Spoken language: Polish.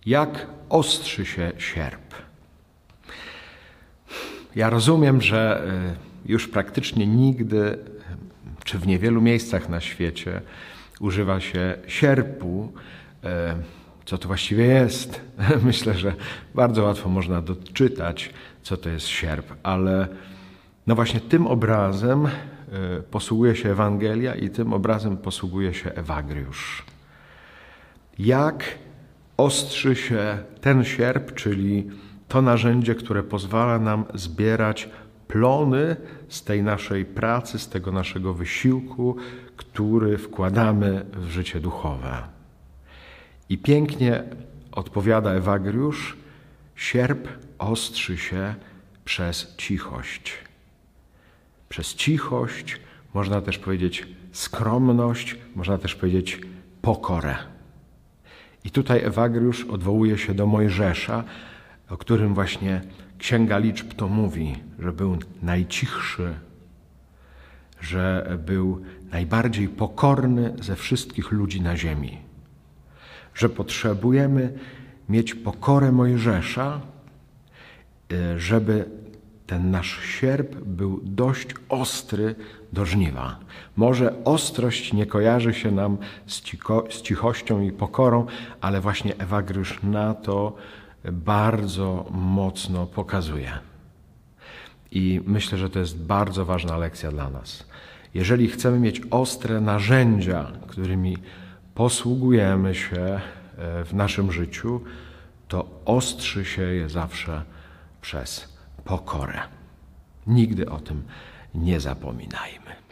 Jak ostrzy się sierp? Ja rozumiem, że już praktycznie nigdy, czy w niewielu miejscach na świecie używa się sierpu. Co to właściwie jest? Myślę, że bardzo łatwo można doczytać, co to jest sierp, ale no właśnie tym obrazem posługuje się Ewangelia i tym obrazem posługuje się Ewagriusz. Jak ostrzy się ten sierp, czyli to narzędzie, które pozwala nam zbierać plony z tej naszej pracy, z tego naszego wysiłku, który wkładamy w życie duchowe. I pięknie odpowiada Ewagriusz: sierp ostrzy się przez cichość. Przez cichość, można też powiedzieć skromność, można też powiedzieć pokorę. I tutaj Ewagriusz odwołuje się do Mojżesza, o którym właśnie Księga Liczb to mówi, że był najcichszy, że był najbardziej pokorny ze wszystkich ludzi na ziemi. Że potrzebujemy mieć pokorę Mojżesza, żeby ten nasz sierp był dość ostry do żniwa. Może ostrość nie kojarzy się nam z cichością i pokorą, ale właśnie Ewagriusz na to bardzo mocno pokazuje. I myślę, że to jest bardzo ważna lekcja dla nas. Jeżeli chcemy mieć ostre narzędzia, którymi posługujemy się w naszym życiu, to ostrzy się je zawsze przez pokorę. Nigdy o tym nie zapominajmy.